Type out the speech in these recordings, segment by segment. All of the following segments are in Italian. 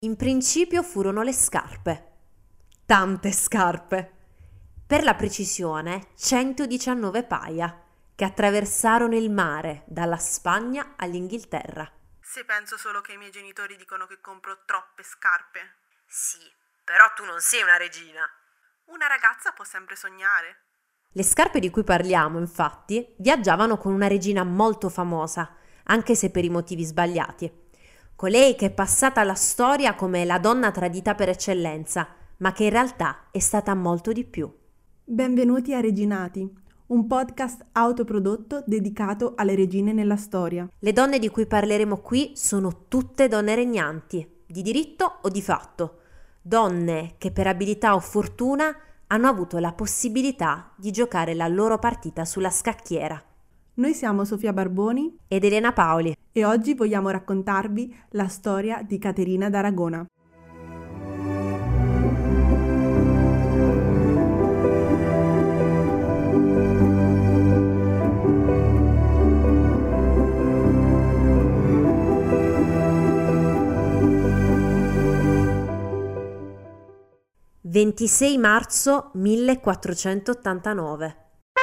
In principio furono le scarpe. Tante scarpe. Per la precisione, 119 paia, che attraversarono il mare dalla Spagna all'Inghilterra. Se penso solo che i miei genitori dicono che compro troppe scarpe. Sì, però tu non sei una regina. Una ragazza può sempre sognare. Le scarpe di cui parliamo, infatti, viaggiavano con una regina molto famosa, anche se per i motivi sbagliati. Colei che è passata alla storia come la donna tradita per eccellenza, ma che in realtà è stata molto di più. Benvenuti a Reginati, un podcast autoprodotto dedicato alle regine nella storia. Le donne di cui parleremo qui sono tutte donne regnanti, di diritto o di fatto, donne che per abilità o fortuna hanno avuto la possibilità di giocare la loro partita sulla scacchiera. Noi siamo Sofia Barboni ed Elena Paoli e oggi vogliamo raccontarvi la storia di Caterina d'Aragona. «26 marzo 1489».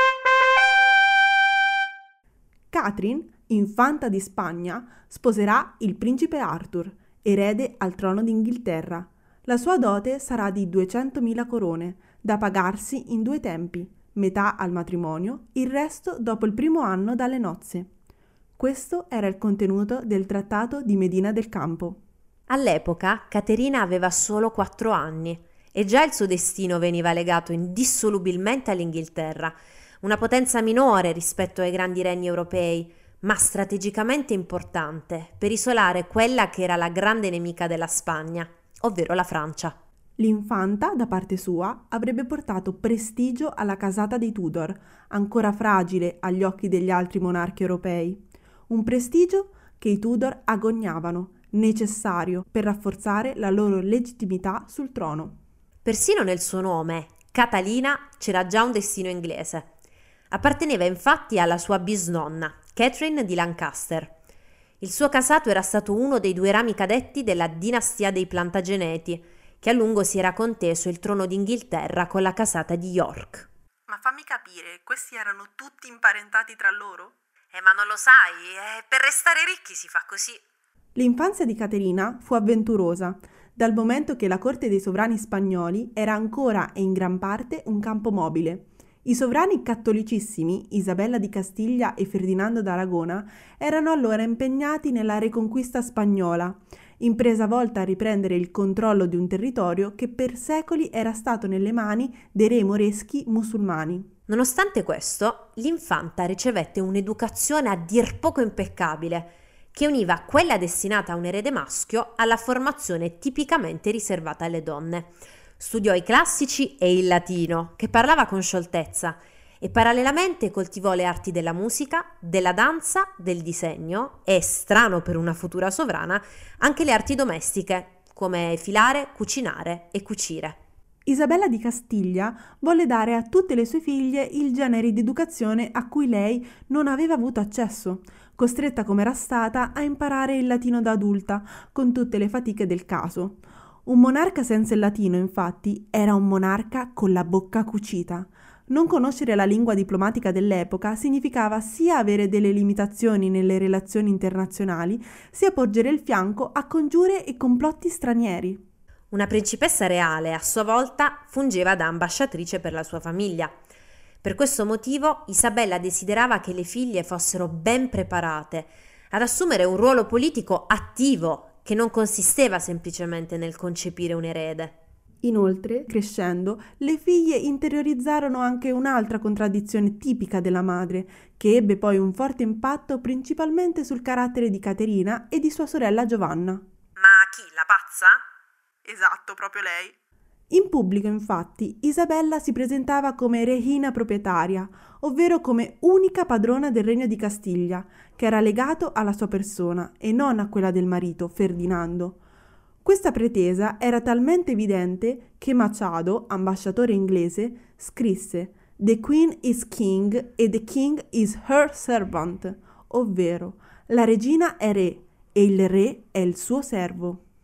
Catherine, infanta di Spagna, sposerà il principe Arthur, erede al trono d'Inghilterra. La sua dote sarà di 200.000 corone, da pagarsi in 2 tempi, metà al matrimonio, il resto dopo il primo anno dalle nozze. Questo era il contenuto del Trattato di Medina del Campo. All'epoca Caterina aveva solo 4 anni e già il suo destino veniva legato indissolubilmente all'Inghilterra, una potenza minore rispetto ai grandi regni europei, ma strategicamente importante per isolare quella che era la grande nemica della Spagna, ovvero la Francia. L'infanta, da parte sua, avrebbe portato prestigio alla casata dei Tudor, ancora fragile agli occhi degli altri monarchi europei. Un prestigio che i Tudor agognavano, necessario per rafforzare la loro legittimità sul trono. Persino nel suo nome, Catalina, c'era già un destino inglese. Apparteneva infatti alla sua bisnonna, Catherine di Lancaster. Il suo casato era stato uno dei 2 rami cadetti della dinastia dei Plantageneti, che a lungo si era conteso il trono d'Inghilterra con la casata di York. Ma fammi capire, questi erano tutti imparentati tra loro? Ma non lo sai, per restare ricchi si fa così. L'infanzia di Caterina fu avventurosa, dal momento che la corte dei sovrani spagnoli era ancora e in gran parte un campo mobile. I sovrani cattolicissimi, Isabella di Castiglia e Ferdinando d'Aragona, erano allora impegnati nella riconquista spagnola, impresa volta a riprendere il controllo di un territorio che per secoli era stato nelle mani dei re moreschi musulmani. Nonostante questo, l'infanta ricevette un'educazione a dir poco impeccabile, che univa quella destinata a un erede maschio alla formazione tipicamente riservata alle donne. Studiò i classici e il latino, che parlava con scioltezza, e parallelamente coltivò le arti della musica, della danza, del disegno e, strano per una futura sovrana, anche le arti domestiche, come filare, cucinare e cucire. Isabella di Castiglia volle dare a tutte le sue figlie il genere di educazione a cui lei non aveva avuto accesso, costretta come era stata a imparare il latino da adulta, con tutte le fatiche del caso. Un monarca senza il latino, infatti, era un monarca con la bocca cucita. Non conoscere la lingua diplomatica dell'epoca significava sia avere delle limitazioni nelle relazioni internazionali, sia porgere il fianco a congiure e complotti stranieri. Una principessa reale, a sua volta, fungeva da ambasciatrice per la sua famiglia. Per questo motivo Isabella desiderava che le figlie fossero ben preparate ad assumere un ruolo politico attivo, che non consisteva semplicemente nel concepire un erede. Inoltre, crescendo, le figlie interiorizzarono anche un'altra contraddizione tipica della madre, che ebbe poi un forte impatto principalmente sul carattere di Caterina e di sua sorella Giovanna. Ma chi, la pazza? Esatto, proprio lei. In pubblico, infatti, Isabella si presentava come regina proprietaria, ovvero come unica padrona del regno di Castiglia, che era legato alla sua persona e non a quella del marito, Ferdinando. Questa pretesa era talmente evidente che Machado, ambasciatore inglese, scrisse «The Queen is King e the King is her servant», ovvero «La regina è re e il re è il suo servo».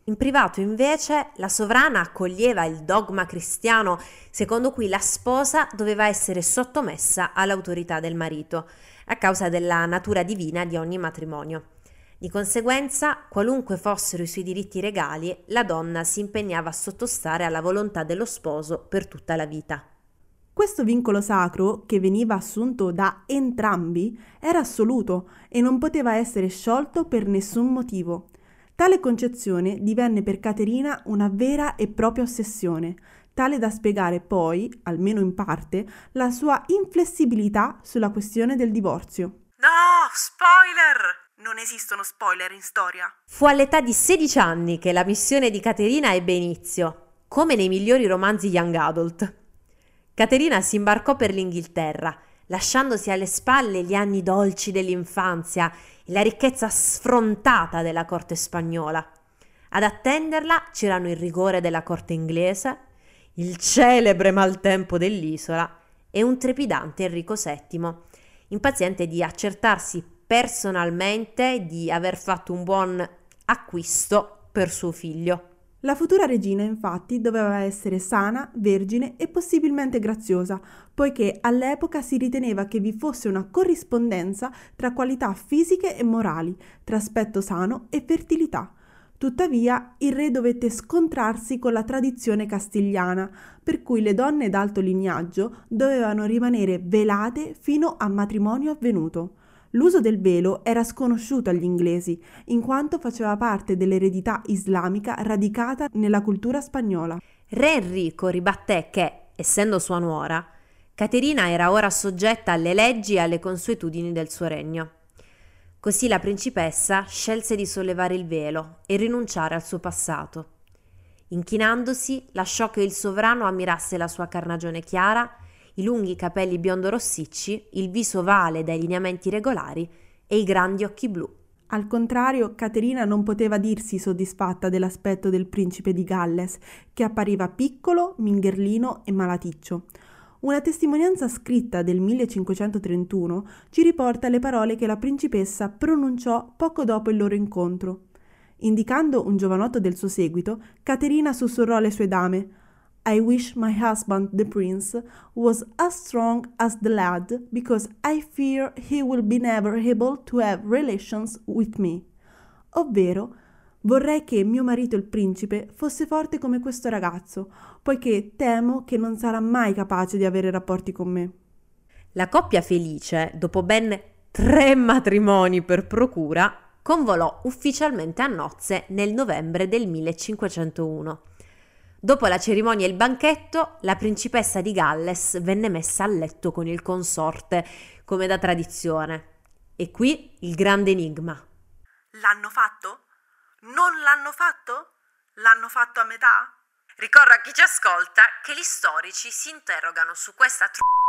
In privato, invece, la sovrana accoglieva il dogma cristiano secondo cui la sposa doveva essere sottomessa all'autorità del marito, a causa della natura divina di ogni matrimonio. Di conseguenza, qualunque fossero i suoi diritti regali, la donna si impegnava a sottostare alla volontà dello sposo per tutta la vita. Questo vincolo sacro, che veniva assunto da entrambi, era assoluto e non poteva essere sciolto per nessun motivo. Tale concezione divenne per Caterina una vera e propria ossessione, tale da spiegare poi, almeno in parte, la sua inflessibilità sulla questione del divorzio. No, spoiler! Non esistono spoiler in storia. Fu all'età di 16 anni che la missione di Caterina ebbe inizio, come nei migliori romanzi young adult. Caterina si imbarcò per l'Inghilterra, lasciandosi alle spalle gli anni dolci dell'infanzia e la ricchezza sfrontata della corte spagnola. Ad attenderla c'erano il rigore della corte inglese, il celebre maltempo dell'isola e un trepidante Enrico VII, impaziente di accertarsi personalmente di aver fatto un buon acquisto per suo figlio. La futura regina, infatti, doveva essere sana, vergine e possibilmente graziosa, poiché all'epoca si riteneva che vi fosse una corrispondenza tra qualità fisiche e morali, tra aspetto sano e fertilità. Tuttavia, il re dovette scontrarsi con la tradizione castigliana, per cui le donne d'alto lignaggio dovevano rimanere velate fino a matrimonio avvenuto. L'uso del velo era sconosciuto agli inglesi, in quanto faceva parte dell'eredità islamica radicata nella cultura spagnola. Re Enrico ribatté che, essendo sua nuora, Caterina era ora soggetta alle leggi e alle consuetudini del suo regno. Così la principessa scelse di sollevare il velo e rinunciare al suo passato. Inchinandosi, lasciò che il sovrano ammirasse la sua carnagione chiara, i lunghi capelli biondo-rossicci, il viso ovale dai lineamenti regolari e i grandi occhi blu. Al contrario, Caterina non poteva dirsi soddisfatta dell'aspetto del principe di Galles, che appariva piccolo, mingherlino e malaticcio. Una testimonianza scritta del 1531 ci riporta le parole che la principessa pronunciò poco dopo il loro incontro. Indicando un giovanotto del suo seguito, Caterina sussurrò alle sue dame: I wish my husband, the prince, was as strong as the lad, because I fear he will be never able to have relations with me. Ovvero, vorrei che mio marito il principe fosse forte come questo ragazzo, poiché temo che non sarà mai capace di avere rapporti con me. La coppia felice, dopo ben 3 matrimoni per procura, convolò ufficialmente a nozze nel novembre del 1501. Dopo la cerimonia e il banchetto, la principessa di Galles venne messa a letto con il consorte, come da tradizione. E qui il grande enigma. L'hanno fatto? Non l'hanno fatto? L'hanno fatto a metà? Ricordo a chi ci ascolta che gli storici si interrogano su questa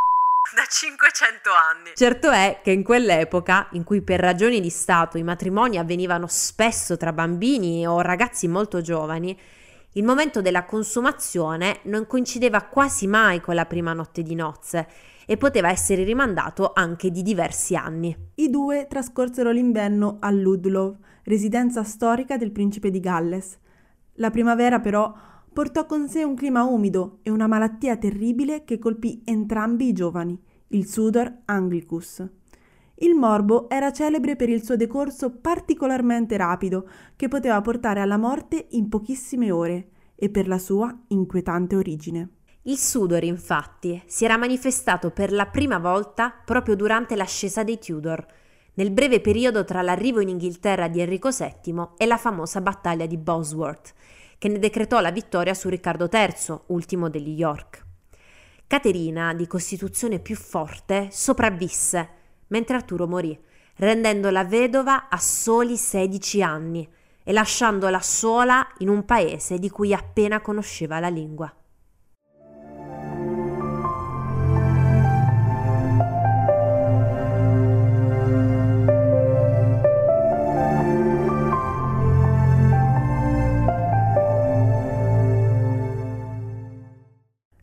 da 500 anni. Certo è che in quell'epoca, in cui per ragioni di Stato i matrimoni avvenivano spesso tra bambini o ragazzi molto giovani, il momento della consumazione non coincideva quasi mai con la prima notte di nozze e poteva essere rimandato anche di diversi anni. I due trascorsero l'inverno a Ludlow, residenza storica del principe di Galles. La primavera però portò con sé un clima umido e una malattia terribile che colpì entrambi i giovani, il sudor anglicus. Il morbo era celebre per il suo decorso particolarmente rapido, che poteva portare alla morte in pochissime ore, e per la sua inquietante origine. Il sudor, infatti, si era manifestato per la prima volta proprio durante l'ascesa dei Tudor, nel breve periodo tra l'arrivo in Inghilterra di Enrico VII e la famosa battaglia di Bosworth, che ne decretò la vittoria su Riccardo III, ultimo degli York. Caterina, di costituzione più forte, sopravvisse, mentre Arturo morì, rendendola vedova a soli 16 anni e lasciandola sola in un paese di cui appena conosceva la lingua.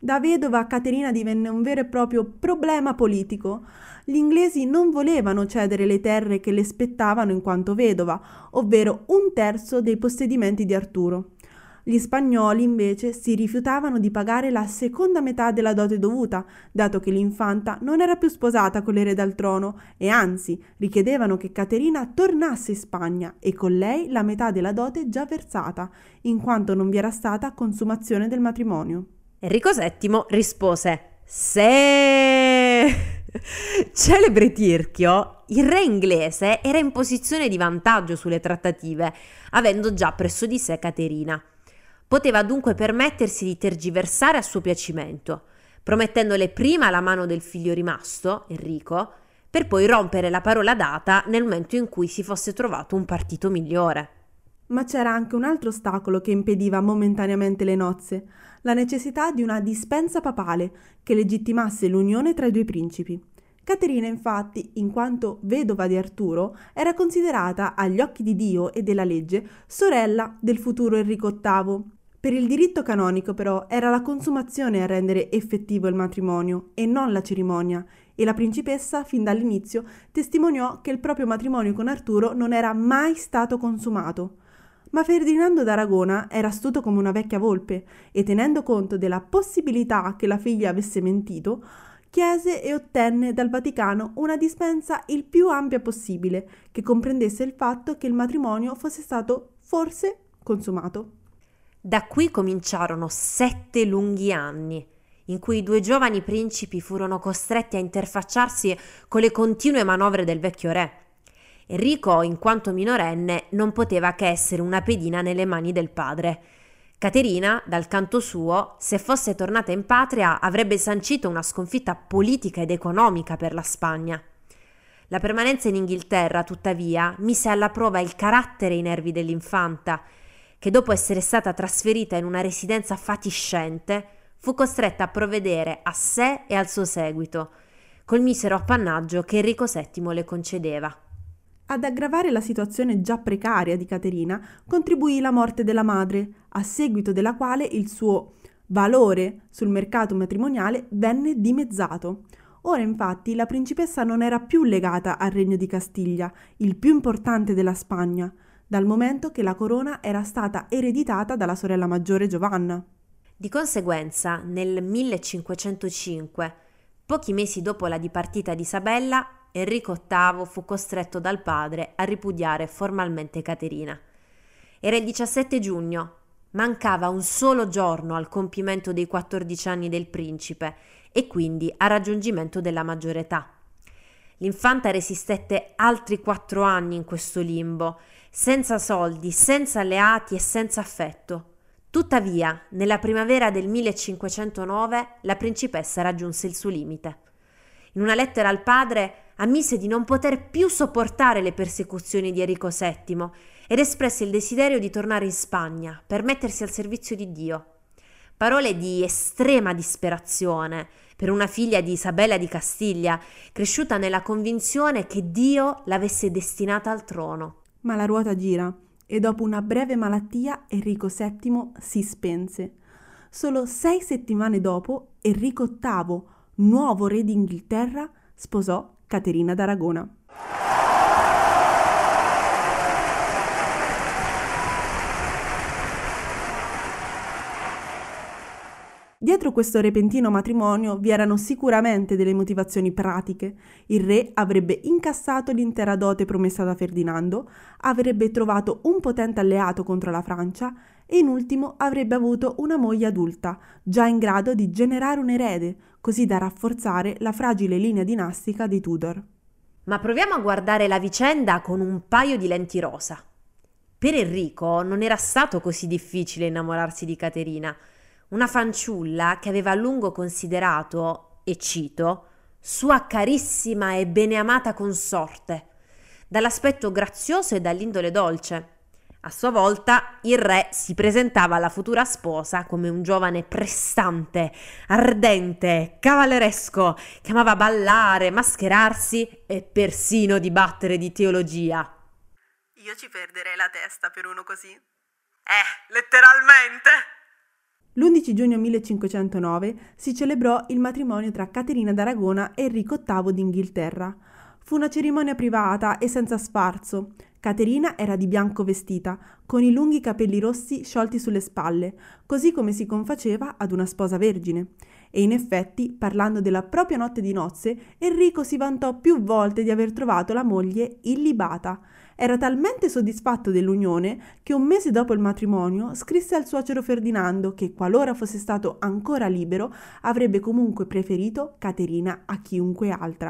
Da vedova Caterina divenne un vero e proprio problema politico. Gli inglesi non volevano cedere le terre che le spettavano in quanto vedova, ovvero 1/3 dei possedimenti di Arturo. Gli spagnoli invece si rifiutavano di pagare la seconda metà della dote dovuta, dato che l'infanta non era più sposata con l'erede al trono e anzi richiedevano che Caterina tornasse in Spagna e con lei la metà della dote già versata, in quanto non vi era stata consumazione del matrimonio. Enrico VII rispose: "Se..." Celebre tirchio, il re inglese era in posizione di vantaggio sulle trattative, avendo già presso di sé Caterina. Poteva dunque permettersi di tergiversare a suo piacimento, promettendole prima la mano del figlio rimasto, Enrico, per poi rompere la parola data nel momento in cui si fosse trovato un partito migliore. Ma c'era anche un altro ostacolo che impediva momentaneamente le nozze, la necessità di una dispensa papale che legittimasse l'unione tra i due principi. Caterina, infatti, in quanto vedova di Arturo, era considerata agli occhi di Dio e della legge sorella del futuro Enrico VIII. Per il diritto canonico, però, era la consumazione a rendere effettivo il matrimonio e non la cerimonia, e la principessa, fin dall'inizio, testimoniò che il proprio matrimonio con Arturo non era mai stato consumato. Ma Ferdinando d'Aragona era astuto come una vecchia volpe e, tenendo conto della possibilità che la figlia avesse mentito, chiese e ottenne dal Vaticano una dispensa il più ampia possibile, che comprendesse il fatto che il matrimonio fosse stato forse consumato. Da qui cominciarono 7 lunghi anni, in cui i due giovani principi furono costretti a interfacciarsi con le continue manovre del vecchio re. Enrico, in quanto minorenne, non poteva che essere una pedina nelle mani del padre. Caterina, dal canto suo, se fosse tornata in patria, avrebbe sancito una sconfitta politica ed economica per la Spagna. La permanenza in Inghilterra, tuttavia, mise alla prova il carattere e i nervi dell'infanta, che dopo essere stata trasferita in una residenza fatiscente, fu costretta a provvedere a sé e al suo seguito, col misero appannaggio che Enrico VII le concedeva. Ad aggravare la situazione già precaria di Caterina contribuì la morte della madre, a seguito della quale il suo valore sul mercato matrimoniale venne dimezzato. Ora infatti la principessa non era più legata al regno di Castiglia, il più importante della Spagna, dal momento che la corona era stata ereditata dalla sorella maggiore Giovanna. Di conseguenza, nel 1505, pochi mesi dopo la dipartita di Isabella, Enrico VIII fu costretto dal padre a ripudiare formalmente Caterina. Era il 17 giugno, mancava un solo giorno al compimento dei 14 anni del principe e quindi al raggiungimento della maggiore età. L'infanta resistette altri 4 anni in questo limbo, senza soldi, senza alleati e senza affetto. Tuttavia, nella primavera del 1509 la principessa raggiunse il suo limite. In una lettera al padre ammise di non poter più sopportare le persecuzioni di Enrico VII ed espresse il desiderio di tornare in Spagna per mettersi al servizio di Dio. Parole di estrema disperazione per una figlia di Isabella di Castiglia, cresciuta nella convinzione che Dio l'avesse destinata al trono. Ma la ruota gira e dopo una breve malattia Enrico VII si spense. Solo 6 settimane dopo Enrico VIII, nuovo re d'Inghilterra, sposò Caterina d'Aragona. Dietro questo repentino matrimonio vi erano sicuramente delle motivazioni pratiche. Il re avrebbe incassato l'intera dote promessa da Ferdinando, avrebbe trovato un potente alleato contro la Francia e in ultimo avrebbe avuto una moglie adulta, già in grado di generare un erede, così da rafforzare la fragile linea dinastica dei Tudor. Ma proviamo a guardare la vicenda con un paio di lenti rosa. Per Enrico non era stato così difficile innamorarsi di Caterina, una fanciulla che aveva a lungo considerato, e cito, sua carissima e beneamata consorte, dall'aspetto grazioso e dall'indole dolce. A sua volta il re si presentava alla futura sposa come un giovane prestante, ardente, cavalleresco, che amava ballare, mascherarsi e persino dibattere di teologia. Io ci perderei la testa per uno così. Letteralmente! L'11 giugno 1509 si celebrò il matrimonio tra Caterina d'Aragona e Enrico VIII d'Inghilterra. Fu una cerimonia privata e senza sfarzo. Caterina era di bianco vestita, con i lunghi capelli rossi sciolti sulle spalle, così come si confaceva ad una sposa vergine. E in effetti, parlando della propria notte di nozze, Enrico si vantò più volte di aver trovato la moglie illibata. Era talmente soddisfatto dell'unione che un mese dopo il matrimonio scrisse al suocero Ferdinando che, qualora fosse stato ancora libero, avrebbe comunque preferito Caterina a chiunque altra.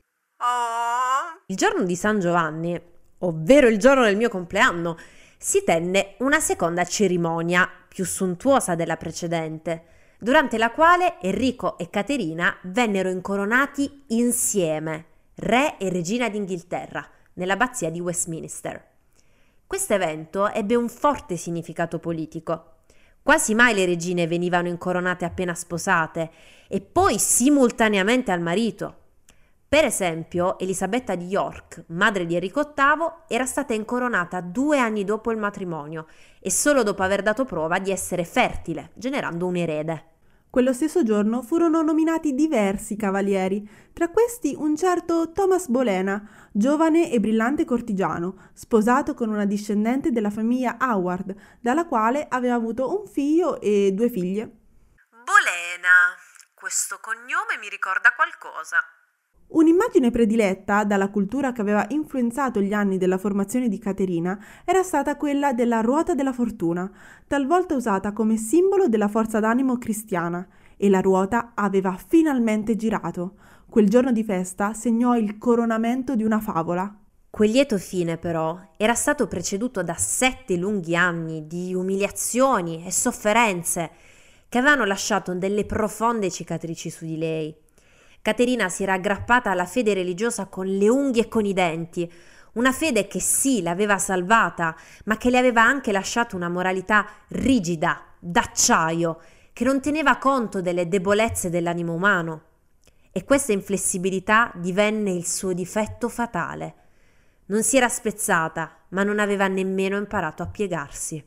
Oh. Il giorno di San Giovanni, ovvero il giorno del mio compleanno, si tenne una seconda cerimonia, più sontuosa della precedente, durante la quale Enrico e Caterina vennero incoronati insieme, re e regina d'Inghilterra, nell'abbazia di Westminster. Questo evento ebbe un forte significato politico. Quasi mai le regine venivano incoronate appena sposate e poi simultaneamente al marito. Per esempio, Elisabetta di York, madre di Enrico VIII, era stata incoronata 2 anni dopo il matrimonio e solo dopo aver dato prova di essere fertile, generando un erede. Quello stesso giorno furono nominati diversi cavalieri, tra questi un certo Thomas Bolena, giovane e brillante cortigiano, sposato con una discendente della famiglia Howard, dalla quale aveva avuto un figlio e 2 figlie. Bolena, questo cognome mi ricorda qualcosa. Un'immagine prediletta dalla cultura che aveva influenzato gli anni della formazione di Caterina era stata quella della ruota della fortuna, talvolta usata come simbolo della forza d'animo cristiana, e la ruota aveva finalmente girato. Quel giorno di festa segnò il coronamento di una favola. Quel lieto fine, però, era stato preceduto da 7 lunghi anni di umiliazioni e sofferenze che avevano lasciato delle profonde cicatrici su di lei. Caterina si era aggrappata alla fede religiosa con le unghie e con i denti, una fede che sì, l'aveva salvata, ma che le aveva anche lasciato una moralità rigida, d'acciaio, che non teneva conto delle debolezze dell'animo umano. E questa inflessibilità divenne il suo difetto fatale. Non si era spezzata, ma non aveva nemmeno imparato a piegarsi.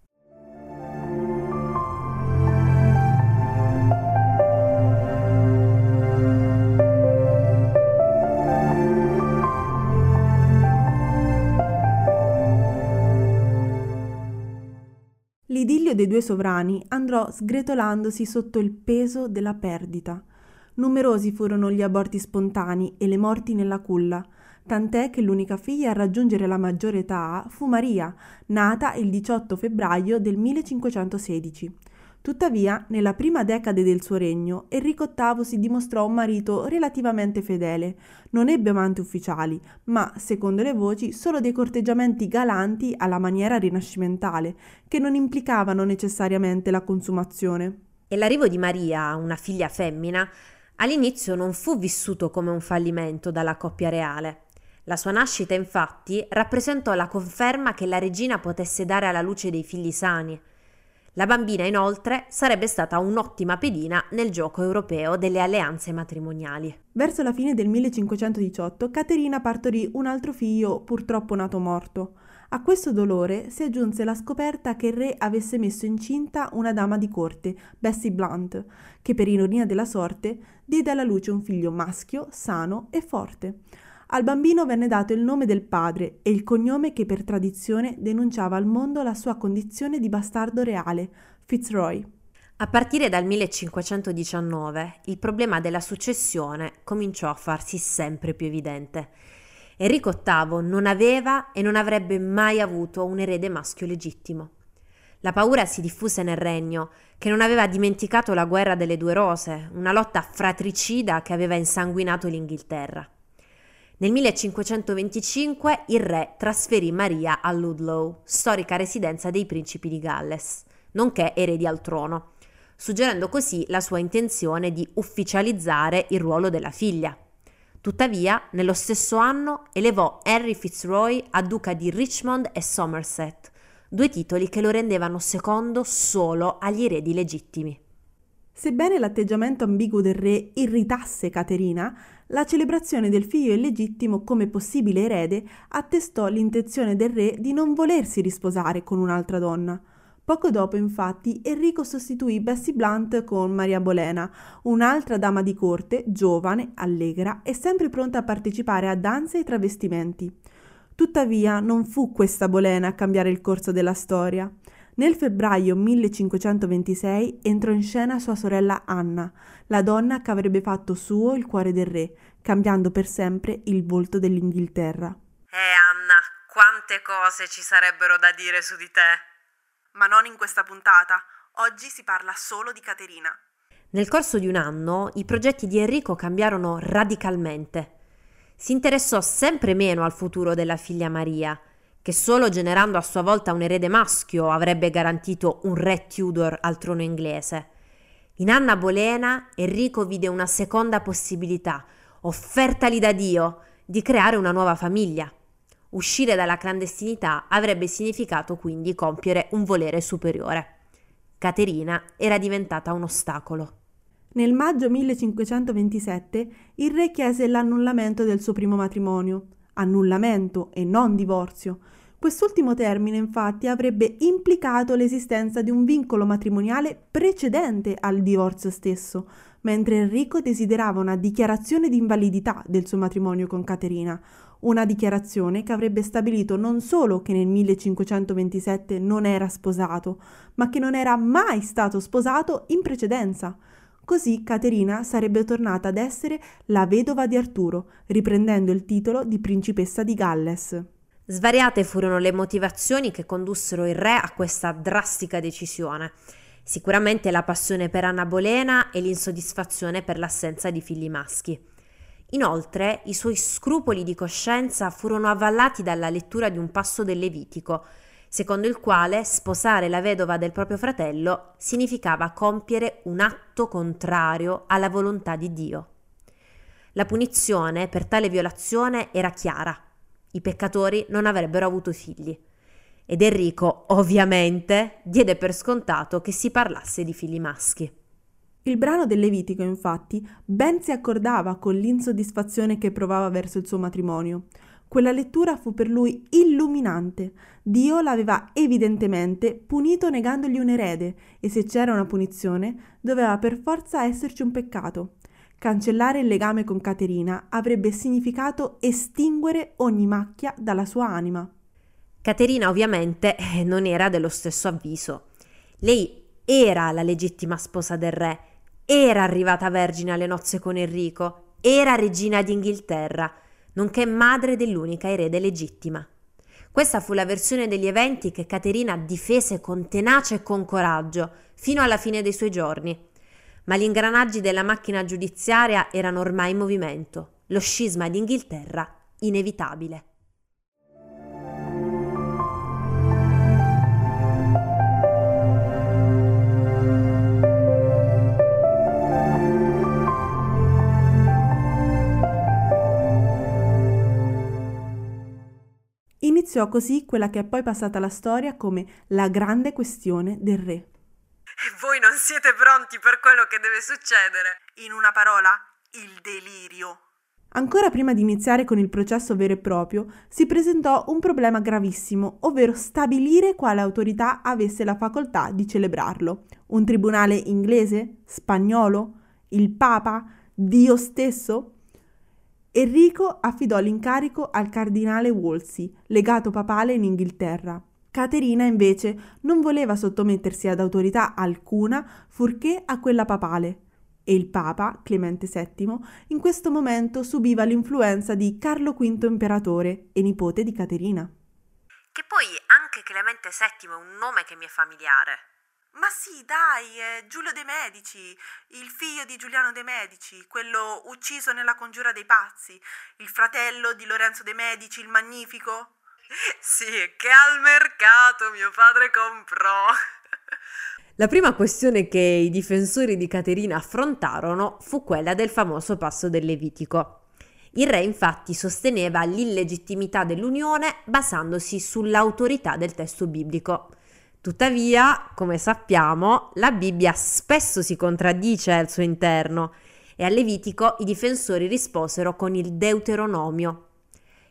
L'idillio dei 2 sovrani andrò sgretolandosi sotto il peso della perdita. Numerosi furono gli aborti spontanei e le morti nella culla, tant'è che l'unica figlia a raggiungere la maggiore età fu Maria, nata il 18 febbraio del 1516. Tuttavia, nella prima decade del suo regno, Enrico VIII si dimostrò un marito relativamente fedele. Non ebbe amanti ufficiali, ma, secondo le voci, solo dei corteggiamenti galanti alla maniera rinascimentale, che non implicavano necessariamente la consumazione. E l'arrivo di Maria, una figlia femmina, all'inizio non fu vissuto come un fallimento dalla coppia reale. La sua nascita, infatti, rappresentò la conferma che la regina potesse dare alla luce dei figli sani. La bambina, inoltre, sarebbe stata un'ottima pedina nel gioco europeo delle alleanze matrimoniali. Verso la fine del 1518 Caterina partorì un altro figlio purtroppo nato morto. A questo dolore si aggiunse la scoperta che il re avesse messo incinta una dama di corte, Bessie Blount, che per ironia della sorte diede alla luce un figlio maschio, sano e forte. Al bambino venne dato il nome del padre e il cognome che per tradizione denunciava al mondo la sua condizione di bastardo reale, Fitzroy. A partire dal 1519 il problema della successione cominciò a farsi sempre più evidente. Enrico VIII non aveva e non avrebbe mai avuto un erede maschio legittimo. La paura si diffuse nel regno, che non aveva dimenticato la guerra delle 2 rose, una lotta fratricida che aveva insanguinato l'Inghilterra. Nel 1525 il re trasferì Maria a Ludlow, storica residenza dei principi di Galles, nonché eredi al trono, suggerendo così la sua intenzione di ufficializzare il ruolo della figlia. Tuttavia, nello stesso anno elevò Henry Fitzroy a duca di Richmond e Somerset, 2 titoli che lo rendevano secondo solo agli eredi legittimi. Sebbene l'atteggiamento ambiguo del re irritasse Caterina, la celebrazione del figlio illegittimo come possibile erede attestò l'intenzione del re di non volersi risposare con un'altra donna. Poco dopo, infatti, Enrico sostituì Bessie Blunt con Maria Bolena, un'altra dama di corte, giovane, allegra e sempre pronta a partecipare a danze e travestimenti. Tuttavia, non fu questa Bolena a cambiare il corso della storia. Nel febbraio 1526 entrò in scena sua sorella Anna, la donna che avrebbe fatto suo il cuore del re, cambiando per sempre il volto dell'Inghilterra. Anna, quante cose ci sarebbero da dire su di te. Ma non in questa puntata. Oggi si parla solo di Caterina. Nel corso di un anno i progetti di Enrico cambiarono radicalmente. Si interessò sempre meno al futuro della figlia Maria, che solo generando a sua volta un erede maschio avrebbe garantito un re Tudor al trono inglese. In Anna Bolena Enrico vide una seconda possibilità, offertali da Dio, di creare una nuova famiglia. Uscire dalla clandestinità avrebbe significato quindi compiere un volere superiore. Caterina era diventata un ostacolo. Nel maggio 1527 il re chiese l'annullamento del suo primo matrimonio. Annullamento e non divorzio. Quest'ultimo termine, infatti, avrebbe implicato l'esistenza di un vincolo matrimoniale precedente al divorzio stesso, mentre Enrico desiderava una dichiarazione di invalidità del suo matrimonio con Caterina, una dichiarazione che avrebbe stabilito non solo che nel 1527 non era sposato, ma che non era mai stato sposato in precedenza. Così Caterina sarebbe tornata ad essere la vedova di Arturo, riprendendo il titolo di principessa di Galles. Svariate furono le motivazioni che condussero il re a questa drastica decisione. Sicuramente la passione per Anna Bolena e l'insoddisfazione per l'assenza di figli maschi. Inoltre, i suoi scrupoli di coscienza furono avvallati dalla lettura di un passo del Levitico, secondo il quale sposare la vedova del proprio fratello significava compiere un atto contrario alla volontà di Dio. La punizione per tale violazione era chiara: i peccatori non avrebbero avuto figli. Ed Enrico, ovviamente, diede per scontato che si parlasse di figli maschi. Il brano del Levitico, infatti, ben si accordava con l'insoddisfazione che provava verso il suo matrimonio. Quella lettura fu per lui illuminante. Dio l'aveva evidentemente punito negandogli un erede, e se c'era una punizione, doveva per forza esserci un peccato. Cancellare il legame con Caterina avrebbe significato estinguere ogni macchia dalla sua anima. Caterina ovviamente non era dello stesso avviso. Lei era la legittima sposa del re, era arrivata vergine alle nozze con Enrico, era regina d'Inghilterra, nonché madre dell'unica erede legittima. Questa fu la versione degli eventi che Caterina difese con tenacia e con coraggio fino alla fine dei suoi giorni. Ma gli ingranaggi della macchina giudiziaria erano ormai in movimento, lo scisma d'Inghilterra inevitabile. Iniziò così quella che è poi passata alla storia come la grande questione del re. E voi non siete pronti per quello che deve succedere. In una parola, il delirio. Ancora prima di iniziare con il processo vero e proprio, si presentò un problema gravissimo, ovvero stabilire quale autorità avesse la facoltà di celebrarlo. Un tribunale inglese? Spagnolo? Il Papa? Dio stesso? Enrico affidò l'incarico al cardinale Wolsey, legato papale in Inghilterra. Caterina invece non voleva sottomettersi ad autorità alcuna furché a quella papale, e il Papa, Clemente VII, in questo momento subiva l'influenza di Carlo V imperatore e nipote di Caterina. Che poi anche Clemente VII è un nome che mi è familiare. Ma sì, dai, è Giulio de' Medici, il figlio di Giuliano de' Medici, quello ucciso nella congiura dei pazzi, il fratello di Lorenzo de' Medici, il Magnifico. Sì, che al mercato mio padre comprò. La prima questione che i difensori di Caterina affrontarono fu quella del famoso passo del Levitico. Il re infatti sosteneva l'illegittimità dell'unione basandosi sull'autorità del testo biblico. Tuttavia, come sappiamo, la Bibbia spesso si contraddice al suo interno e al Levitico i difensori risposero con il Deuteronomio.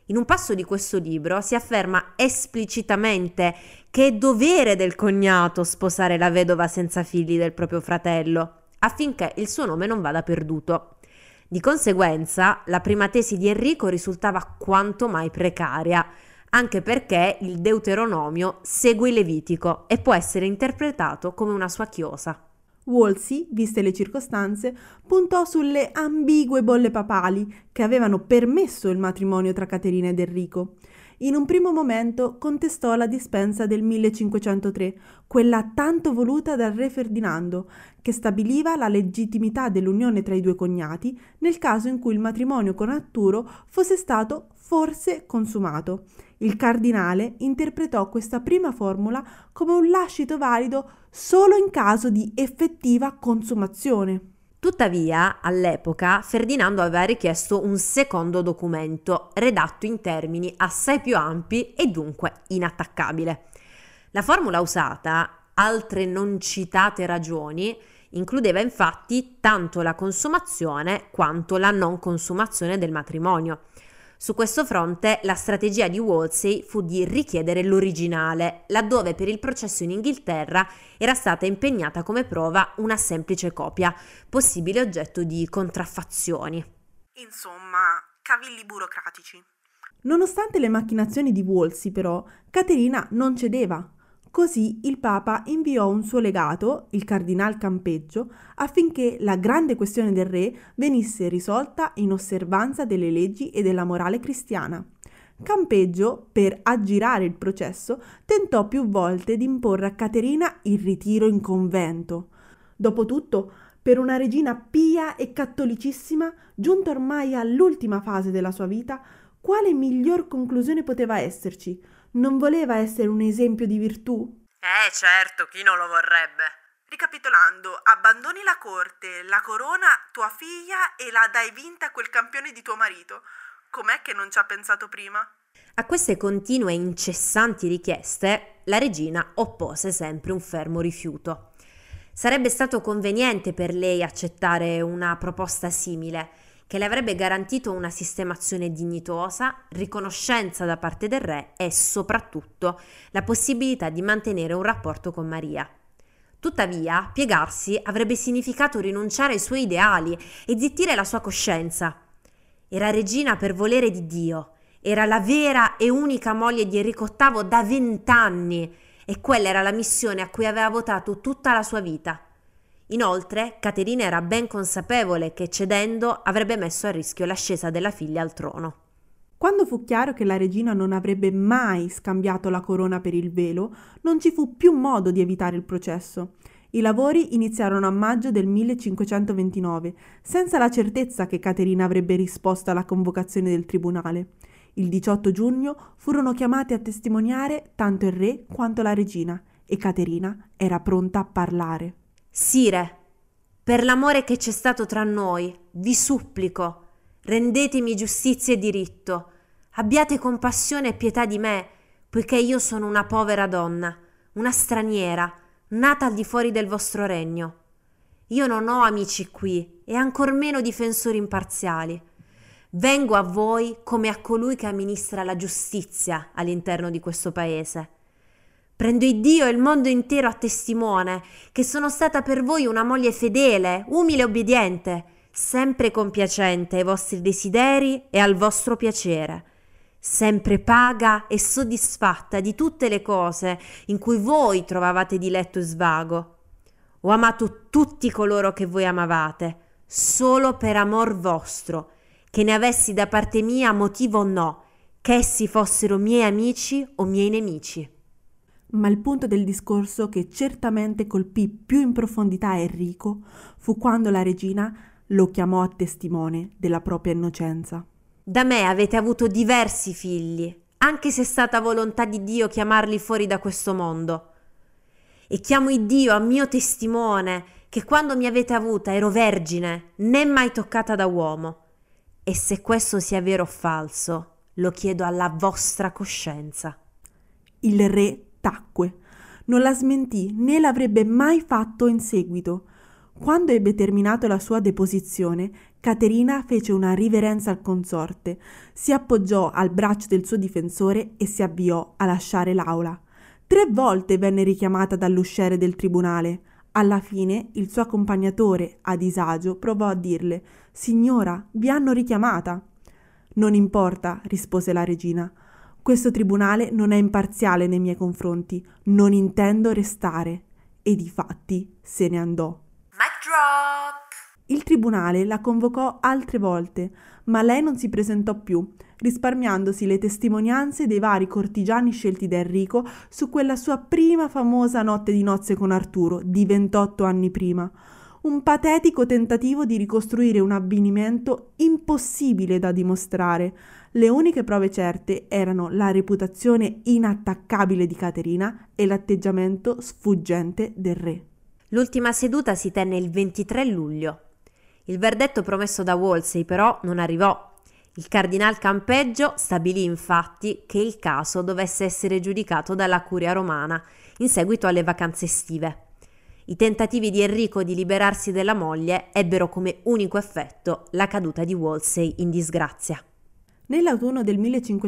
In un passo di questo libro si afferma esplicitamente che è dovere del cognato sposare la vedova senza figli del proprio fratello, affinché il suo nome non vada perduto. Di conseguenza, la prima tesi di Enrico risultava quanto mai precaria, anche perché il Deuteronomio segue il Levitico e può essere interpretato come una sua chiosa. Wolsey, viste le circostanze, puntò sulle ambigue bolle papali che avevano permesso il matrimonio tra Caterina ed Enrico. In un primo momento contestò la dispensa del 1503, quella tanto voluta dal re Ferdinando, che stabiliva la legittimità dell'unione tra i due cognati nel caso in cui il matrimonio con Arturo fosse stato forse consumato. Il cardinale interpretò questa prima formula come un lascito valido solo in caso di effettiva consumazione. Tuttavia, all'epoca, Ferdinando aveva richiesto un secondo documento, redatto in termini assai più ampi e dunque inattaccabile. La formula usata, altre non citate ragioni, includeva infatti tanto la consumazione quanto la non consumazione del matrimonio. Su questo fronte la strategia di Wolsey fu di richiedere l'originale, laddove per il processo in Inghilterra era stata impegnata come prova una semplice copia, possibile oggetto di contraffazioni. Insomma, cavilli burocratici. Nonostante le macchinazioni di Wolsey, però, Caterina non cedeva. Così il Papa inviò un suo legato, il cardinal Campeggio, affinché la grande questione del re venisse risolta in osservanza delle leggi e della morale cristiana. Campeggio, per aggirare il processo, tentò più volte di imporre a Caterina il ritiro in convento. Dopotutto, per una regina pia e cattolicissima, giunta ormai all'ultima fase della sua vita, quale miglior conclusione poteva esserci? Non voleva essere un esempio di virtù? Certo, chi non lo vorrebbe. Ricapitolando, abbandoni la corte, la corona, tua figlia e la dai vinta a quel campione di tuo marito. Com'è che non ci ha pensato prima? A queste continue e incessanti richieste, la regina oppose sempre un fermo rifiuto. Sarebbe stato conveniente per lei accettare una proposta simile, che le avrebbe garantito una sistemazione dignitosa, riconoscenza da parte del re e soprattutto la possibilità di mantenere un rapporto con Maria. Tuttavia, piegarsi avrebbe significato rinunciare ai suoi ideali e zittire la sua coscienza. Era regina per volere di Dio, era la vera e unica moglie di Enrico VIII da 20 anni e quella era la missione a cui aveva votato tutta la sua vita. Inoltre, Caterina era ben consapevole che cedendo avrebbe messo a rischio l'ascesa della figlia al trono. Quando fu chiaro che la regina non avrebbe mai scambiato la corona per il velo, non ci fu più modo di evitare il processo. I lavori iniziarono a maggio del 1529, senza la certezza che Caterina avrebbe risposto alla convocazione del tribunale. Il 18 giugno furono chiamati a testimoniare tanto il re quanto la regina e Caterina era pronta a parlare. Sire, per l'amore che c'è stato tra noi, vi supplico, rendetemi giustizia e diritto, abbiate compassione e pietà di me, poiché io sono una povera donna, una straniera, nata al di fuori del vostro regno. Io non ho amici qui e ancor meno difensori imparziali. Vengo a voi come a colui che amministra la giustizia all'interno di questo paese. Prendo il Dio e il mondo intero a testimone che sono stata per voi una moglie fedele, umile e obbediente, sempre compiacente ai vostri desideri e al vostro piacere, sempre paga e soddisfatta di tutte le cose in cui voi trovavate diletto e svago. Ho amato tutti coloro che voi amavate, solo per amor vostro, che ne avessi da parte mia motivo o no, che essi fossero miei amici o miei nemici. Ma il punto del discorso che certamente colpì più in profondità Enrico fu quando la regina lo chiamò a testimone della propria innocenza. Da me avete avuto diversi figli, anche se è stata volontà di Dio chiamarli fuori da questo mondo. E chiamo il Dio a mio testimone che quando mi avete avuta ero vergine, né mai toccata da uomo. E se questo sia vero o falso, lo chiedo alla vostra coscienza. Il re tacque. Non la smentì né l'avrebbe mai fatto in seguito. Quando ebbe terminato la sua deposizione, Caterina fece una riverenza al consorte, si appoggiò al braccio del suo difensore e si avviò a lasciare l'aula. 3 volte venne richiamata dall'usciere del tribunale. Alla fine il suo accompagnatore, a disagio, provò a dirle: «Signora, vi hanno richiamata». «Non importa», rispose la regina. «Questo tribunale non è imparziale nei miei confronti. Non intendo restare». E difatti se ne andò. Mic drop! Il tribunale la convocò altre volte, ma lei non si presentò più, risparmiandosi le testimonianze dei vari cortigiani scelti da Enrico su quella sua prima famosa notte di nozze con Arturo, di 28 anni prima. Un patetico tentativo di ricostruire un avvenimento impossibile da dimostrare. Le uniche prove certe erano la reputazione inattaccabile di Caterina e l'atteggiamento sfuggente del re. L'ultima seduta si tenne il 23 luglio. Il verdetto promesso da Wolsey però non arrivò. Il cardinal Campeggio stabilì infatti che il caso dovesse essere giudicato dalla curia romana in seguito alle vacanze estive. I tentativi di Enrico di liberarsi della moglie ebbero come unico effetto la caduta di Wolsey in disgrazia. Nell'autunno del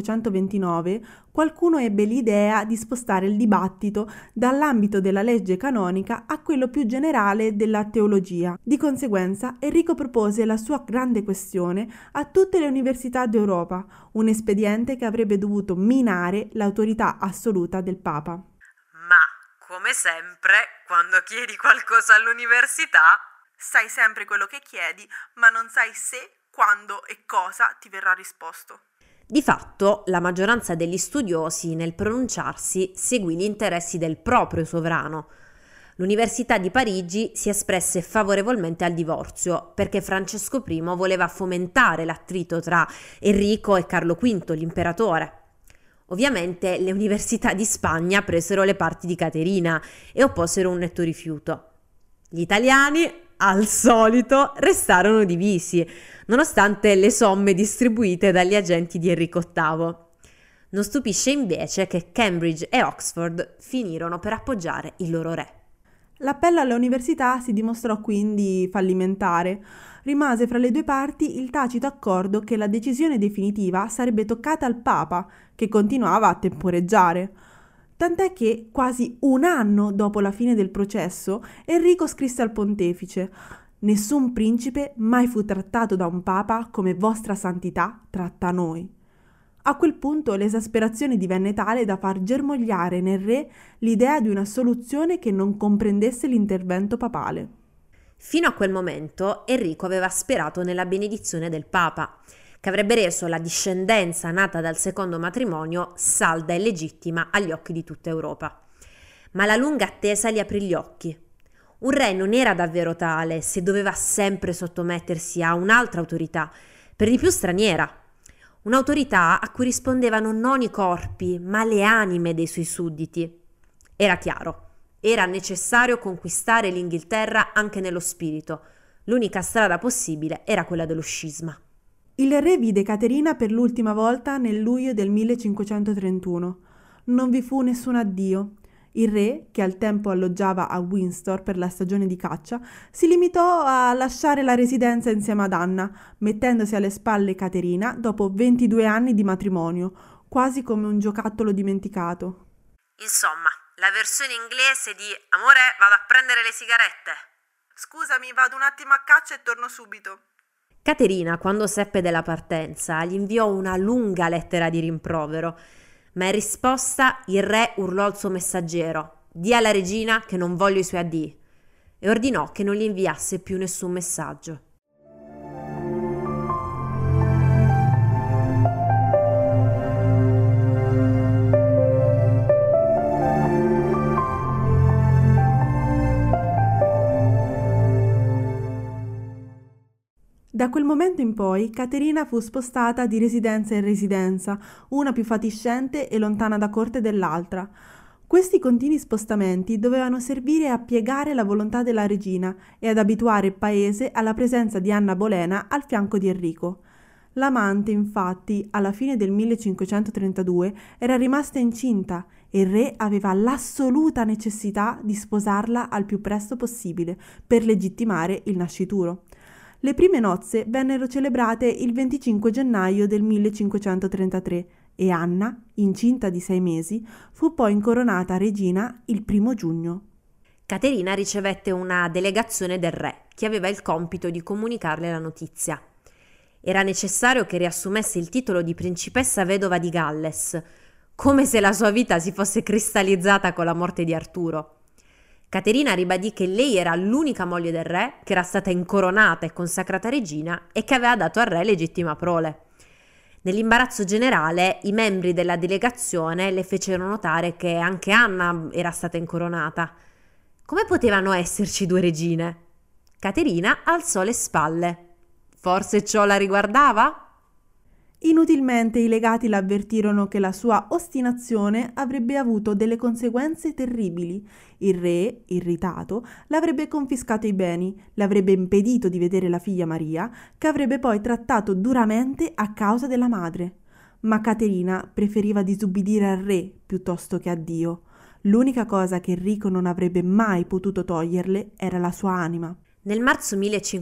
1529 qualcuno ebbe l'idea di spostare il dibattito dall'ambito della legge canonica a quello più generale della teologia. Di conseguenza Enrico propose la sua grande questione a tutte le università d'Europa, un espediente che avrebbe dovuto minare l'autorità assoluta del Papa. Ma, come sempre, quando chiedi qualcosa all'università, sai sempre quello che chiedi, ma non sai se, quando e cosa ti verrà risposto. Di fatto, la maggioranza degli studiosi nel pronunciarsi seguì gli interessi del proprio sovrano. L'Università di Parigi si espresse favorevolmente al divorzio perché Francesco I voleva fomentare l'attrito tra Enrico e Carlo V, l'imperatore. Ovviamente le università di Spagna presero le parti di Caterina e opposero un netto rifiuto. Gli italiani, al solito, restarono divisi, nonostante le somme distribuite dagli agenti di Enrico VIII. Non stupisce invece che Cambridge e Oxford finirono per appoggiare il loro re. L'appello alle università si dimostrò quindi fallimentare. Rimase fra le due parti il tacito accordo che la decisione definitiva sarebbe toccata al Papa, che continuava a temporeggiare. Tant'è che, quasi un anno dopo la fine del processo, Enrico scrisse al pontefice: «Nessun principe mai fu trattato da un papa come vostra santità tratta noi». A quel punto l'esasperazione divenne tale da far germogliare nel re l'idea di una soluzione che non comprendesse l'intervento papale. Fino a quel momento Enrico aveva sperato nella benedizione del Papa, che avrebbe reso la discendenza nata dal secondo matrimonio salda e legittima agli occhi di tutta Europa. Ma la lunga attesa gli aprì gli occhi. Un re non era davvero tale se doveva sempre sottomettersi a un'altra autorità, per di più straniera. Un'autorità a cui rispondevano non i corpi, ma le anime dei suoi sudditi. Era chiaro, era necessario conquistare l'Inghilterra anche nello spirito. L'unica strada possibile era quella dello scisma. Il re vide Caterina per l'ultima volta nel luglio del 1531. Non vi fu nessun addio. Il re, che al tempo alloggiava a Windsor per la stagione di caccia, si limitò a lasciare la residenza insieme ad Anna, mettendosi alle spalle Caterina dopo 22 anni di matrimonio, quasi come un giocattolo dimenticato. Insomma, la versione inglese di «Amore, vado a prendere le sigarette». «Scusami, vado un attimo a caccia e torno subito». Caterina, quando seppe della partenza, gli inviò una lunga lettera di rimprovero, ma in risposta il re urlò al suo messaggero: «Dì alla regina che non voglio i suoi addii», e ordinò che non gli inviasse più nessun messaggio. Da quel momento in poi Caterina fu spostata di residenza in residenza, una più fatiscente e lontana da corte dell'altra. Questi continui spostamenti dovevano servire a piegare la volontà della regina e ad abituare il paese alla presenza di Anna Bolena al fianco di Enrico. L'amante, infatti, alla fine del 1532 era rimasta incinta e il re aveva l'assoluta necessità di sposarla al più presto possibile per legittimare il nascituro. Le prime nozze vennero celebrate il 25 gennaio del 1533 e Anna, incinta di 6 mesi, fu poi incoronata regina il 1 giugno. Caterina ricevette una delegazione del re, che aveva il compito di comunicarle la notizia. Era necessario che riassumesse il titolo di principessa vedova di Galles, come se la sua vita si fosse cristallizzata con la morte di Arturo. Caterina ribadì che lei era l'unica moglie del re, che era stata incoronata e consacrata regina e che aveva dato al re legittima prole. Nell'imbarazzo generale, i membri della delegazione le fecero notare che anche Anna era stata incoronata. Come potevano esserci 2 regine? Caterina alzò le spalle. Forse ciò la riguardava? Inutilmente i legati l'avvertirono che la sua ostinazione avrebbe avuto delle conseguenze terribili. Il re, irritato, l'avrebbe confiscato i beni, l'avrebbe impedito di vedere la figlia Maria, che avrebbe poi trattato duramente a causa della madre. Ma Caterina preferiva disubbidire al re piuttosto che a Dio. L'unica cosa che Enrico non avrebbe mai potuto toglierle era la sua anima. Nel marzo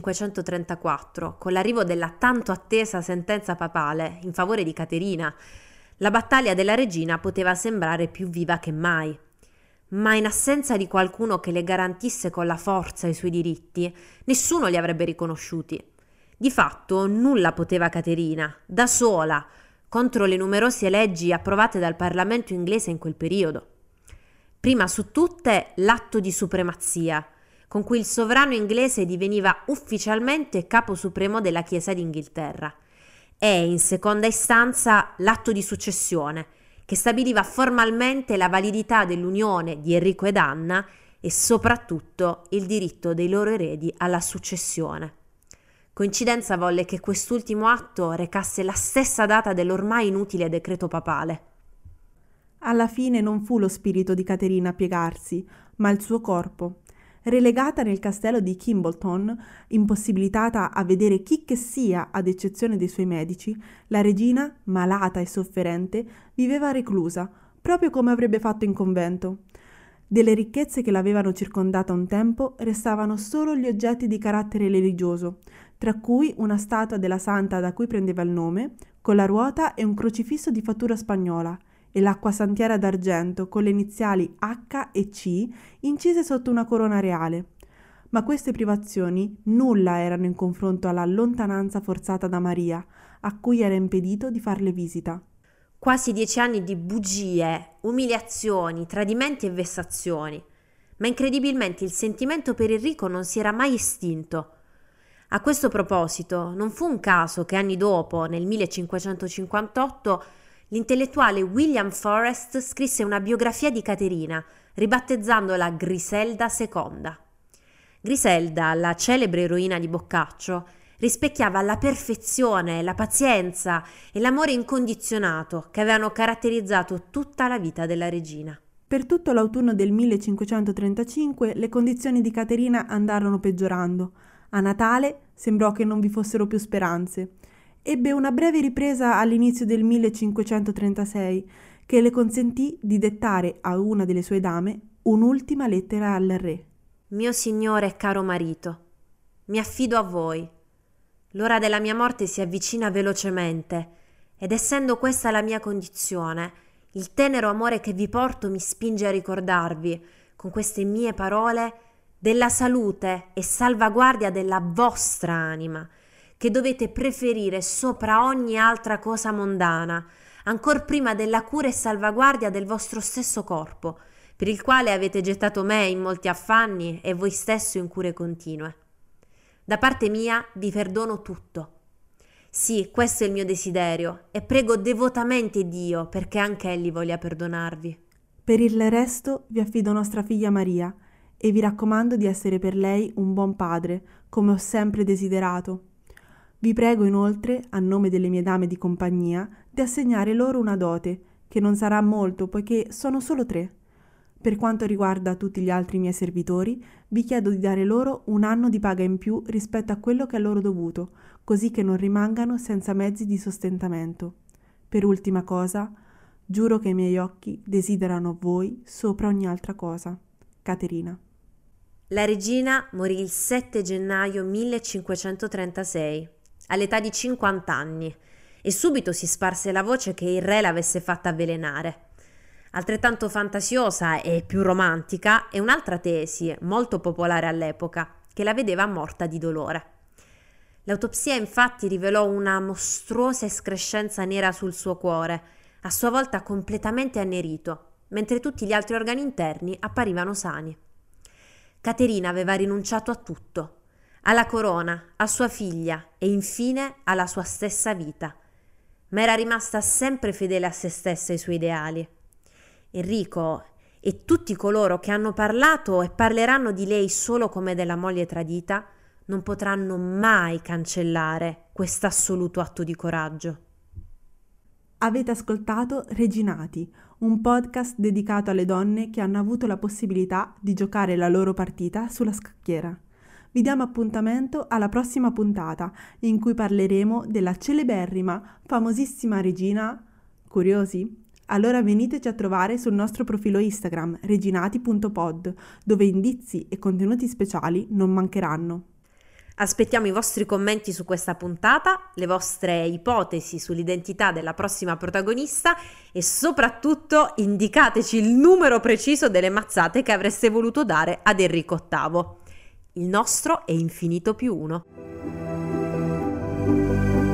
1534, con l'arrivo della tanto attesa sentenza papale in favore di Caterina, la battaglia della regina poteva sembrare più viva che mai. Ma in assenza di qualcuno che le garantisse con la forza i suoi diritti, nessuno li avrebbe riconosciuti. Di fatto nulla poteva Caterina, da sola, contro le numerose leggi approvate dal Parlamento inglese in quel periodo. Prima su tutte l'atto di supremazia, con cui il sovrano inglese diveniva ufficialmente capo supremo della Chiesa d'Inghilterra, e in seconda istanza l'atto di successione, che stabiliva formalmente la validità dell'unione di Enrico ed Anna e soprattutto il diritto dei loro eredi alla successione. Coincidenza volle che quest'ultimo atto recasse la stessa data dell'ormai inutile decreto papale. Alla fine non fu lo spirito di Caterina a piegarsi, ma il suo corpo. Relegata nel castello di Kimbolton, impossibilitata a vedere chi che sia ad eccezione dei suoi medici, la regina, malata e sofferente, viveva reclusa, proprio come avrebbe fatto in convento. Delle ricchezze che l'avevano circondata un tempo restavano solo gli oggetti di carattere religioso, tra cui una statua della santa da cui prendeva il nome, con la ruota e un crocifisso di fattura spagnola, e l'acquasantiera d'argento con le iniziali H e C incise sotto una corona reale. Ma queste privazioni nulla erano in confronto alla lontananza forzata da Maria, a cui era impedito di farle visita. Quasi 10 anni di bugie, umiliazioni, tradimenti e vessazioni, ma incredibilmente il sentimento per Enrico non si era mai estinto. A questo proposito, non fu un caso che anni dopo, nel 1558, l'intellettuale William Forrest scrisse una biografia di Caterina, ribattezzandola Griselda II. Griselda, la celebre eroina di Boccaccio, rispecchiava alla perfezione la pazienza e l'amore incondizionato che avevano caratterizzato tutta la vita della regina. Per tutto l'autunno del 1535 le condizioni di Caterina andarono peggiorando. A Natale sembrò che non vi fossero più speranze. Ebbe una breve ripresa all'inizio del 1536 che le consentì di dettare a una delle sue dame un'ultima lettera al re. Mio signore e caro marito, mi affido a voi. L'ora della mia morte si avvicina velocemente ed essendo questa la mia condizione, il tenero amore che vi porto mi spinge a ricordarvi, con queste mie parole, della salute e salvaguardia della vostra anima, che dovete preferire sopra ogni altra cosa mondana, ancor prima della cura e salvaguardia del vostro stesso corpo, per il quale avete gettato me in molti affanni e voi stesso in cure continue. Da parte mia vi perdono tutto. Sì, questo è il mio desiderio e prego devotamente Dio perché anche Egli voglia perdonarvi. Per il resto vi affido nostra figlia Maria e vi raccomando di essere per lei un buon padre, come ho sempre desiderato. Vi prego inoltre, a nome delle mie dame di compagnia, di assegnare loro una dote, che non sarà molto poiché sono solo 3. Per quanto riguarda tutti gli altri miei servitori, vi chiedo di dare loro 1 anno di paga in più rispetto a quello che è loro dovuto, così che non rimangano senza mezzi di sostentamento. Per ultima cosa, giuro che i miei occhi desiderano voi sopra ogni altra cosa. Caterina. La regina morì il 7 gennaio 1536, all'età di 50 anni, e subito si sparse la voce che il re l'avesse fatta avvelenare. Altrettanto fantasiosa e più romantica è un'altra tesi, molto popolare all'epoca, che la vedeva morta di dolore. L'autopsia infatti rivelò una mostruosa escrescenza nera sul suo cuore, a sua volta completamente annerito, mentre tutti gli altri organi interni apparivano sani. Caterina aveva rinunciato a tutto, alla corona, a sua figlia e infine alla sua stessa vita, ma era rimasta sempre fedele a se stessa e ai suoi ideali. Enrico e tutti coloro che hanno parlato e parleranno di lei solo come della moglie tradita non potranno mai cancellare questo assoluto atto di coraggio. Avete ascoltato Reginati, un podcast dedicato alle donne che hanno avuto la possibilità di giocare la loro partita sulla scacchiera. Vi diamo appuntamento alla prossima puntata, in cui parleremo della celeberrima, famosissima regina. Curiosi? Allora veniteci a trovare sul nostro profilo Instagram reginati.pod, dove indizi e contenuti speciali non mancheranno. Aspettiamo i vostri commenti su questa puntata, le vostre ipotesi sull'identità della prossima protagonista e soprattutto indicateci il numero preciso delle mazzate che avreste voluto dare ad Enrico VIII. Il nostro è infinito più 1.